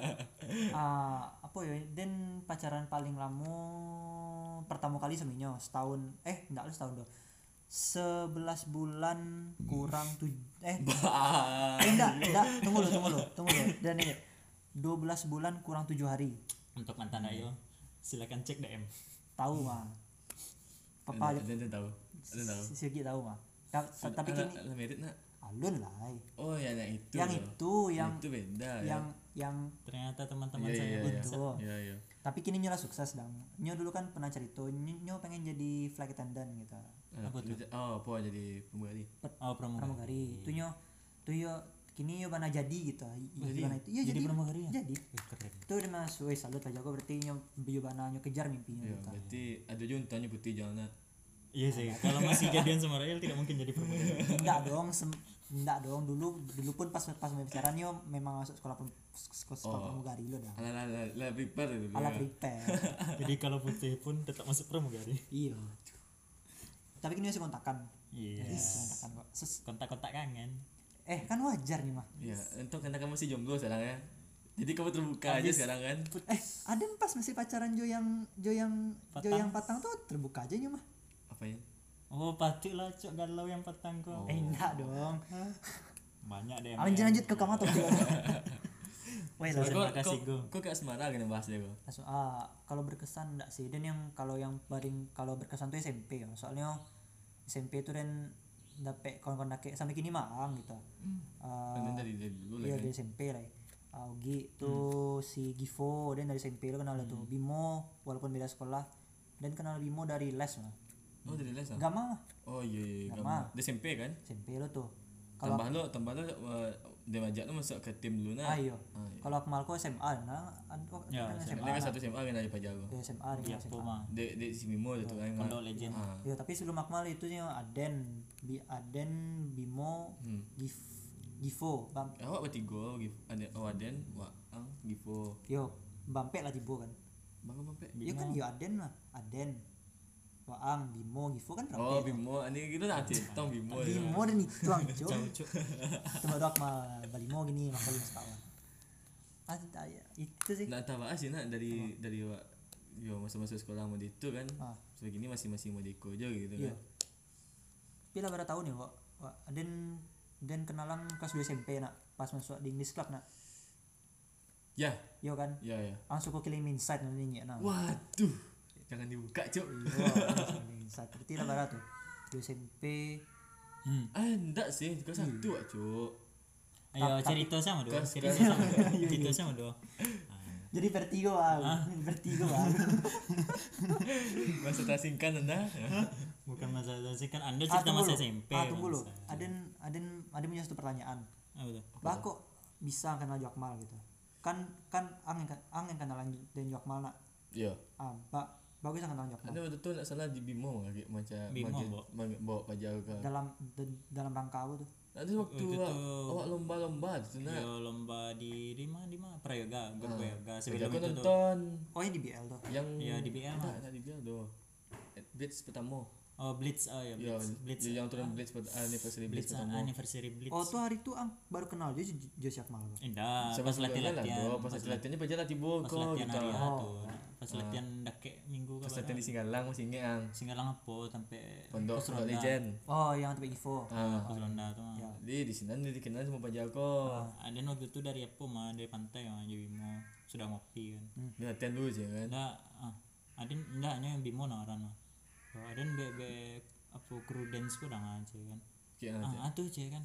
ah, apa ya dan pacaran paling lama pertama kali seminyo setahun eh enggak lah setahun doh sebelas bulan kurang tujuh eh eh enggak enggak tunggu lo tunggu lo tunggu lo dan ini dua belas bulan kurang tujuh hari Untuk mantan ayo, silakan cek D M. tahu mah papa Ada ada tahu. Ada tahu. si Segi tahu mah Ta- ta- tapi Ada- kini ada merit nak? alun lah. Oh ya yang itu. Yang loh. itu yang itu beda yang ya. yang ternyata teman-teman Iya, saya iya, pun iya. Betul. Iya iya. tapi kini nyola sukses dong. Nyo dulu kan pernah cerita Nyo, Nyo pengen jadi flight attendant gitu. Ah, Apa tuh? lu- Oh, apa jadi pramugari? oh pramugari Pramugari. Itu Nyo tuh yo kini yo bana jadi gitu. I- Jadi? bana itu. Iya jadi jadi. pramugari ya Jadi. Wih, keren Itu udah masuk wes salut lah jago berarti Nyo yo bana Nyo kejar mimpinya Ya, gitu. berarti ada juga untanya putih jalan. iya sih kalau masih jadian sama Rael tidak mungkin jadi pramugari Enggak dong, sem- enggak dong dulu dulu pun pas pas pacaran Nyo memang masuk sekolah pem- sekolah, sekolah Oh. pramugari lo dah. Ala ala ala prepare itu. Ala ya. prepare. jadi kalau putih pun tetap masuk pramugari Iya. Tapi kini masih kontakan. iya Masih kontakan kok. Sus- kontak-kontak kangen eh kan wajar nih mah. Ya, untuk karena kamu masih jomblo sekarang ya. Jadi kamu terbuka aja Habis- sekarang kan. Eh, ada pas masih pacaran Jo yang Jo yang Jo Patang. yang patang tuh terbuka aja Nyo mah. Apa ya? oh pasti lah cok galau yang petang kok Oh. Eh enggak dong. banyak deh yang Lanjut lanjut ke kamu tuh. Weh Terima langsung Kok kasih, Go. kok kok kayak Semarang gini bahasnya kok. langsung ah kalau berkesan enggak sih. Dan yang kalau yang paling kalau berkesan tuh S M P ya. Soalnya S M P itu dan dapet kawan-kawan dake sampai kini mang gitu. Ah, Kan dari dari dulu lah iya kan. dari S M P lah. Augi tuh si Givo dan dari S M P lo kenal tuh. Bimo walaupun beda sekolah dan kenal Bimo dari les mah. Oh, dari les ah. Gama mah Oh iya iya, iya. Gama. Di S M P kan. S M P lo tuh. Kalau Tambah lo, tambah lo uh, dia ngajak lo masuk ke tim dulu nah. ah iya. Ah, iya. Kalau Akmalko S M A nah an kok Ya, kan S M Ini A. kan satu S M A kan dari Pajago. Ya, S M A di dengan S M apa A. mah Di di si Mimo itu kan. Pondok Legend Ah. Ya, tapi sebelum Akmal itu sih Aden, Bi Aden, Bimo, Hmm. Gif Givo, Bam Awak bertiga, Gif, ada Awaden, Wak Ang, Givo. yo Bampe lah Tibo kan. Bang Bang Pe. Iya kan yo Aden lah, Aden. Waang, Bimo, Givo kan Oh, Bampe. Bimo, ini kita nanti tong Bimo. ya. Bimo dan itu ang cok. cok Itu baru Akmal Balimo gini makal lima sekawan. Ah, tidak ya. Itu sih. Nggak tahu sih nak dari dari Wak yo masa-masa sekolah mau di itu kan. Ah. Sebegini masih masih mau diko aja gitu Iya. kan. Tapi lah berapa tahun ya, Wak? Wak, Aden dan kenalan kelas dua S M P nak pas masuk di English Club nak. Ya, Yo kan. ya ya. Langsung ke Killing Inside nanti nah. Waduh. Jangan dibuka, Cuk. Killing Inside. Berarti lah berapa tuh? Dua S M P. hmm. Ah, enggak sih, kau satu, Wak, Cuk. ayo cerita sama dong Kas- cerita kas- sama cerita sama dong Jadi vertigo bang, vertigo bang. Masa tersingkan Anda. bukan masalah sih kan anda Ah, cerita tunggu masa lu. S M P Ah, tunggu lu. bangsa. Aden, Aden, Aden punya satu pertanyaan. apa tuh Bah kok bisa kenal Jokmal gitu? Kan kan ang yang ang yang kenalan dan Jokmal nak. Iya. Ah, ba, bagus yang kenalan Jokmal. Ada betul nak salah di Bimo lagi macam Bimo, magi- Bo. magi- bawa Pajago ke. Dalam da- dalam rangka apa tuh? Ada waktu Itu awak tuh- awak lomba-lomba itu nak. yo lomba di di mana di mana Prayoga Gor Prayoga sebelum Pajago itu tuh nonton Oh ini di B L tuh. yang Iya, di B L Enggak, mah. enggak di B L doh. Blitz pertama. oh Blitz oh ya Ya, Blitz Blitz yang turun Blitz pada anniversary Blitz Blitz pertama. anniversary Blitz Oh tuh hari itu ang baru kenal dia Jo Jokmal. Bang. Indah Sama pas latihan lah latihan doh, pas latihannya Pajago lah tiba pas kok latihan gitu. hari Oh. H tuh pas latihan dake minggu Pas kabar latihan di Singgalang masih ingat ang Singgalang apa sampai Pondok pos Pondok ronda Legend. Oh yang tempat Givo. Ah, pos ronda tuh mah. Ya. di di sini dia dikenal sama Pajago. ada waktu itu dari apa mah dari pantai mah jadi Bimo sudah ngopi kan Dia latihan dulu sih kan. enggak ah ada enggak hanya yang Bimo naran mah oh, ada be be apa kru dance ku udah aja kan Kayak aja. ah tuh cek kan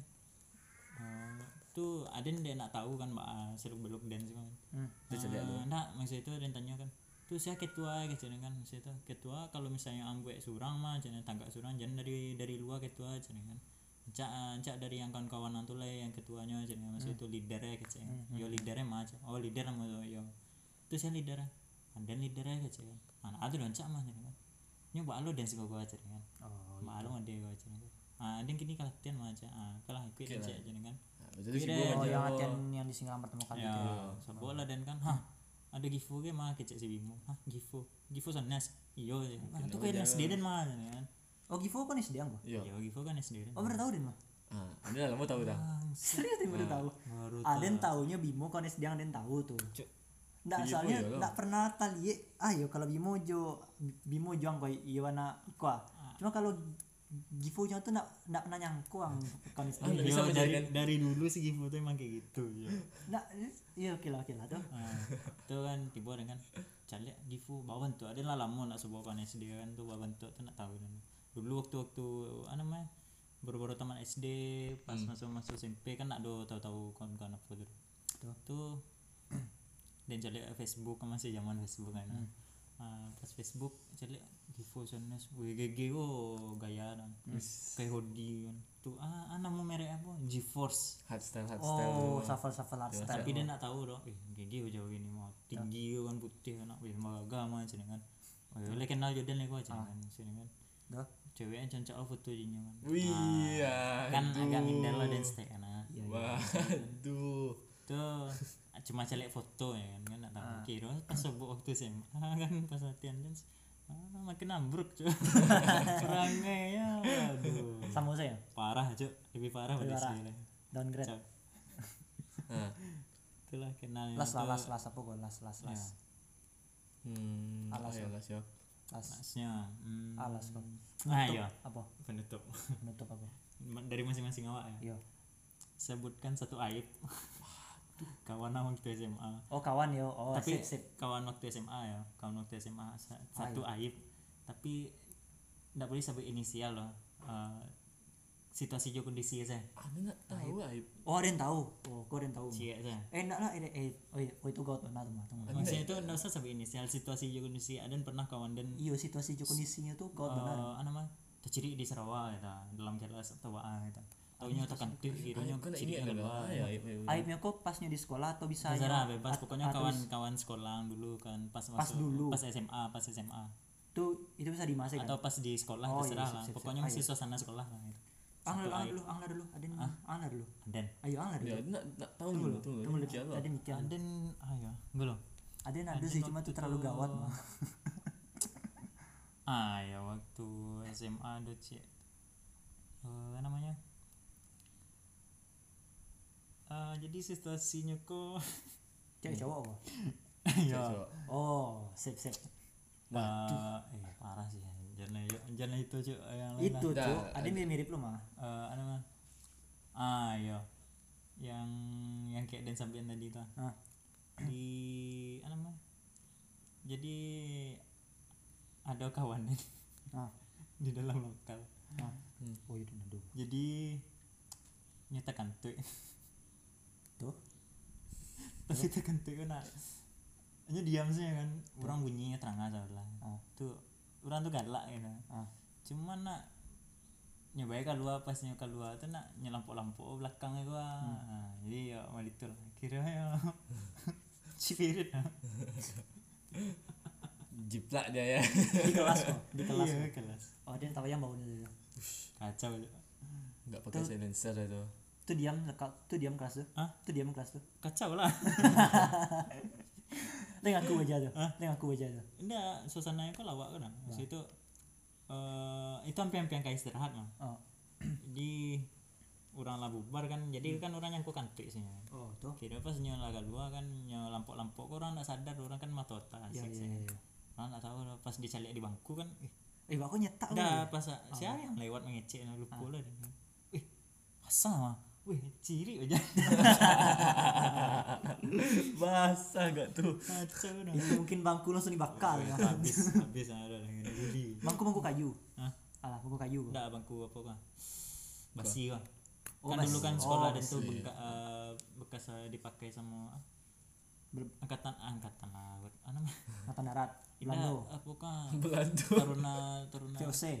oh, tuh ada dia nak tahu kan mbak seluk beluk dance kan Hmm. Dia cari Ah, dulu. enggak maksud itu ada yang tanya kan tuh saya ketua gitu kan maksud itu ketua kalau misalnya ambek surang mah jangan tanggak surang jangan dari dari luar ketua aja kan cak cak dari yang kawan-kawan nanti lah yang ketuanya aja maksud itu leadernya gitu yo leadernya mah aja oh leader sama yo itu saya leader dan leadernya gitu kan mana ada dong cak mah kan nyoba lo dance gua aja kan Oh. malu ada gua aja kan ah dan kini latihan mah aja ah kalah ikut Oke lah. aja kan Nah, betul sih Kira- gua Oh Pajago. yang latihan yang di Singapura pertama kali ya itu. sebola dan kan hah ada Gifu ke mah kecek si Bimo hah Gifu Gifu sonas iyo ya ah, itu kayak S D dan mah kan Oh Givo kan S D ang gua. Iya. iyo Gifu kan S D dan Oh baru tahu Den mah. Ah, ini lah mau tahu dah. Serius Den baru tahu. baru Aden taunya Bimo kan S D ang Den tahu tuh. Cuk. Nggak Bimo soalnya ya lo. nggak pernah tali ayo kalau Bimo jo Bimo jo ang koi iwana iko ah. Cuma kalau Givo jo tuh nggak nggak pernah nyangku ang kan S D. Ah, nggak Iya, bisa dari menjadikan. dari dulu sih Gifu tuh emang kayak gitu ya. Nggak iya oke lah oke lah tuh. Nah, itu kan tiba dengan calik Gifu bawa bentuk ada lah lama nak sebuah kan S D kan tuh bawa bentuk tuh nak tahu dan dulu waktu waktu apa namanya baru-baru taman S D pas masuk masuk S M P kan nak do tahu-tahu kawan-kawan apa gitu Tuh. tuh dan cari Facebook kan masih zaman Facebook kan Ah, pas Facebook cari Givo sana W G G oh gaya kan kayak hoodie kan tuh ah, ah nama merek apa GeForce hardstyle hardstyle Oh, tuh. shuffle shuffle hardstyle. tapi dia nak tahu dong eh G G jauh ini mau tinggi kan putih kan wih agama sini kan oh ya le kenal Jordan le gua kan sini kan Dah. ceweknya cancak lah foto jinya kan Wih, kan aduh. agak minder lah dan stay kan ah. Waduh. tuh cuma celek foto ya kan kan nak tahu kira pas sebut waktu S M A kan pas latihan dance ah, makin ambruk cuy orangnya ya aduh Sama saya. parah cuy lebih parah pada Parah. sih Downgrade. Nah. itulah kenalnya Las lah tuh las las apa gua las las las. Hmm, Alas, ayo las ya. Las. lasnya hmm. Alas kok. ah iya Apa? penutup Menutup apa? dari masing-masing awak ya Iya. sebutkan satu aib kawan waktu S M A Oh, kawan yo. Oh, tapi sip sip. kawan waktu S M A ya kawan waktu S M A sa- satu aib tapi tidak boleh sebut inisial loh. Eh, situasi jo kondisi saya Anu nak tahu aib. Oh, ada yang tahu. Oh, kau ada yang tahu. cie saya Eh, enggak lah, eh, eh, oh, iya, oh itu kau tuh, nah, tunggu, tunggu. maksudnya itu tidak usah sebut inisial situasi jo kondisi ada pernah kawan dan Iya, situasi jo kondisinya tuh kau benar. eh apa nama terciri di Sarawak ya dalam kelas atau apa ya taunya tekan tik kiranya Kan ini ciri adalah keluar aib. aib, aib. Aibnya kok pasnya di sekolah atau bisa Terserah bebas pokoknya atau kawan-kawan sekolah dulu kan pas Pas masuk dulu. pas S M A pas S M A tuh itu bisa dimasuk kan? atau pas di sekolah Oh, iya, terserah sip, lah sip, sip. pokoknya Ah, masih iya. suasana sekolah lah gitu. Angler, Satu angler aib. dulu, angler dulu. Ada angler dulu. Dan Ayo angler Ya, dulu. nak nak tahu Tunggu dulu, dulu, tunggu. tunggu dulu. Mikir lah. Ada mikir. dan ayo belum Ada yang ada sih cuma tuh terlalu gawat mah. ah ya waktu S M A ada cek eh namanya Ah, jadi situasinya kok Cewek cowok apa? ya Cocok. Oh, sip sip. eh eh parah sih jangan jangan itu cuy yang lain Itu Dah, tuh, ada yang mirip lu mah. eh apa namanya ah iya yang yang kayak dan sampean tadi tuh Ah. di apa namanya jadi ada kawan nih Ah. di dalam lokal Ah. Oh, itu nado. jadi nyatakan tuh Tuh. tapi tekan tuh kan hanya diam sih kan orang bunyinya terang aja lah Ah. tuh orang tuh galak gitu Ah. cuman nak nyobain keluar pas nyoba keluar tuh nak nyelampok-lampok belakangnya gua nah, jadi ya mal itu lah kira ya spirit lah Jiplak dia ya. Di kelas kok, di kelas. iya kok. kelas Oh, dia tahu yang bau dulu. kacau Enggak pakai silencer itu. Tuh diam lekat, tuh diam kelas tuh. Hah? Tuh diam kelas tuh. kacau lah Dengan aku aja tuh. Dengan aku aja tuh. enggak suasananya kok lawak kan maksud itu eh itu hampir-hampir kayak istirahat mah Oh. di orang lah bubar kan jadi kan orang yang ku kantik sih Oh, tuh. kira pas nyola keluar kan nyola lampok-lampok kok orang tak sadar orang kan mata otak Iya, asik iya, sih iya. orang tak tahu lah, pas dicalik di bangku kan eh Eh, aku nyetak lu. dah pas siapa yang lewat mengecek nah, lupa lah dia eh asal mah wih ciri aja Basah enggak tuh? kacau dah Itu mungkin bangku langsung dibakar ya. habis habis ada lah ini buli Bangku-bangku kayu. Hah? Alah, bangku kayu. kok. enggak bangku apa kan basi kan Oh, kan basi. dulu kan sekolah Oh, dan tuh basi. beka, eh, bekas eh, dipakai sama ah, Ber- angkatan angkatan laut apa namanya Angkatan darat. Indah, Belando. apa kan Belanda. taruna taruna V O C.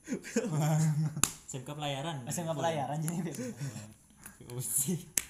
S M K pelayaran S M K pelayaran jadi. V O C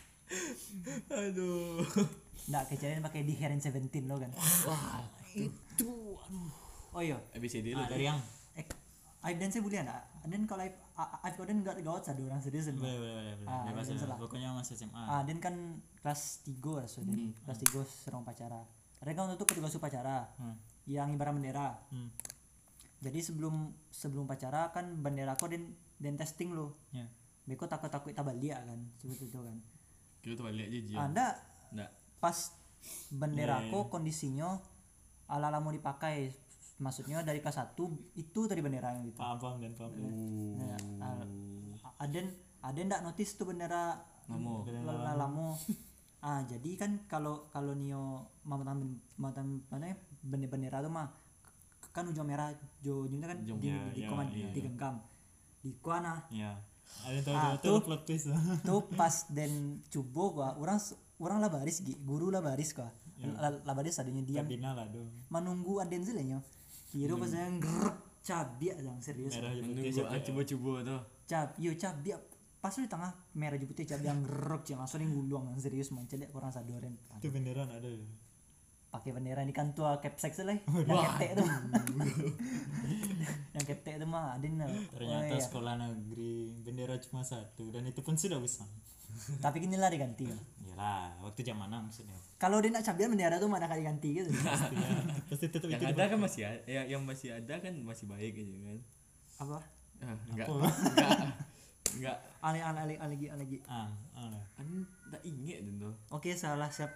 Aduh. Nggak kejadian pakai di Heron Seventeen lo kan. Wah, itu aduh Oh iya. A B C D ah, lu. dari yang Eh, Aib dan saya boleh enggak? Dan kalau Aib Aib kau dan enggak gawat satu orang serius kan. boleh boleh boleh boleh Ah, bebas yang ya. salah. Pokoknya masih S M A Ah, dan kan kelas tiga lah so, Dan kelas tiga serang upacara. Ada kan untuk petugas upacara hmm. yang ibarat bendera. Hmm. Jadi sebelum sebelum upacara kan bendera kau dan dan testing lo. ya Beko takut-takut tabaliak kan, seperti itu kan. Kita tuh balik aja Jian. Anda Enggak. pas bendera Iya, iya, ko kondisinya ala-ala mau dipakai, maksudnya dari kelas satu itu tadi bendera yang gitu. paham paham dan paham Nah, al- Aden Aden ndak notice tuh bendera Namo. la- lamo. Ah, jadi kan kalau kalau nio mamatan mamatan mana ya, bendera bendera tuh mah kan ujung merah, jo ujungnya kan Ujung, di ya, di ya, koman iya, digenggam. Di kuana ya Ada tahu Ah, tuh tuh. plot twist. Tuh pas den cubo gua orang orang lah baris gi guru lah baris gua lah lah baris adanya diam Dina lah dong. menunggu aden zelenya kira pas yang grrrk cabi yang serius Merah putih Menunggu siapa? ah, coba-coba tuh. cab yo cabi pas di tengah merah putih cabi yang grrrk cuma langsung yang gulung yang serius mancel kurang sadoren Itu beneran ada. pakai bendera ini kan tua capsek lah yang ketek tuh yang ketek tuh mah aden Ternyata oh, iya. sekolah negeri bendera cuma satu dan itu pun sudah besar. tapi kini lah diganti kan. Iyalah, waktu zaman now maksudnya. Kalau dia nak cabian bendera tuh mana kali ganti gitu Pasti ya, pasti tetap Yang itu. ada kan masih ada, yang, yang masih ada kan masih baik aja kan. apa Ah, enggak. Enggak. Enggak. ale ale ale ale lagi ale lagi Ah, ah. An tak ingat tu. oke salah siap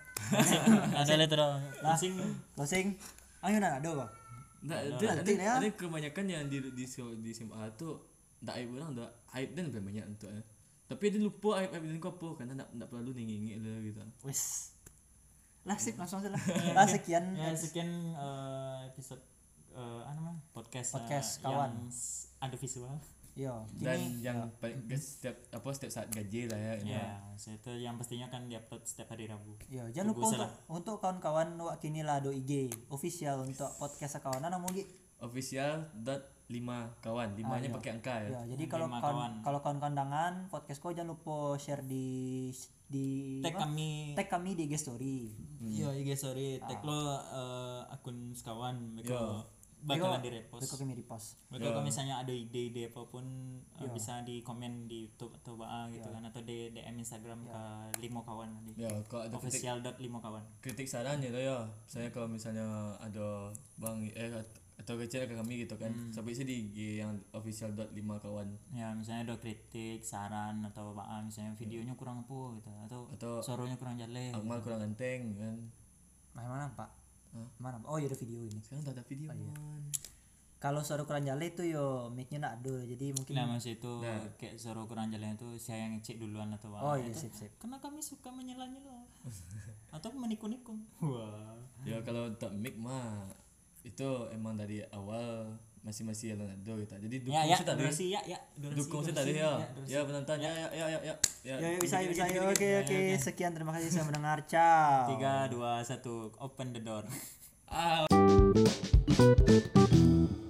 Ada letter langsing closing ayo nak ada kok Nah, Ada. ada, ada, Nanti ya. ada kebanyakan yang di di di S M A tu tak aib orang dah aib dan lebih banyak untuk eh. Tapi dia lupa aib aib dan kau apa karena nak nak perlu ninggi lah gitu. wes lah sip langsung aja lah lah sekian ya sekian eh, episode eh, apa namanya podcast eh, Podcast kawan. yang s- ada visual. yo Dan kini yang paling guys setiap apa setiap saat gaji lah ya. Ya, saya itu yang pastinya kan diupload setiap hari Rabu. yo jangan lupa Tunggu untuk untuk kawan-kawan wak kini lah do I G official untuk podcast kawan nama gi Official dot lima kawan, limanya iya. pakai angka ya. ya jadi kalau Lima kawan kawan. kalau kawan kondangan podcast ko jangan lupa share di di Tag apa? kami. tag kami di I G story Iya, I G sorry, tag lo eh, akun sekawan mereka bakalan di repost. Beko kami repost Mereka kalau misalnya ada ide-ide apapun eh, bisa di komen di YouTube atau apa gitu kan atau di D M Instagram ke limo kawan nanti. Ya, kalau ada kritik, Official dot limo kawan. kritik saran ya lah ya. Saya kalau misalnya ada bang eh atau kecil ke kami gitu kan. Sampai sih di I G yang official dot lima kawan. Ya misalnya ada kritik, saran atau apa misalnya videonya kurang apa gitu atau, Atau suaranya kurang jelek. Akmal kurang ganteng kan. nah mana pak mana Pak? Oh ya ada video ini Sekarang tak ada video man. kalau suara kurang jale itu yo mic-nya nak ada jadi mungkin Nah masih itu kayak suara kurang jalan itu saya yang ngecek duluan atau apa. oh iya Itu sip sip karena kami suka menyela-nyela atau menikung-nikung. Wah. Ya kalau tak mic mah itu emang dari awal masih masih yang ada gitu. Jadi dukung Ya ya saya tadi. durasi ya ya durasi. Dukung saya tadi ya. Ya penonton ya ya ya ya ya. ya ya bisa bisa ya oke oke sekian terima kasih sudah mendengar ciao Tiga dua satu open the door. Ah.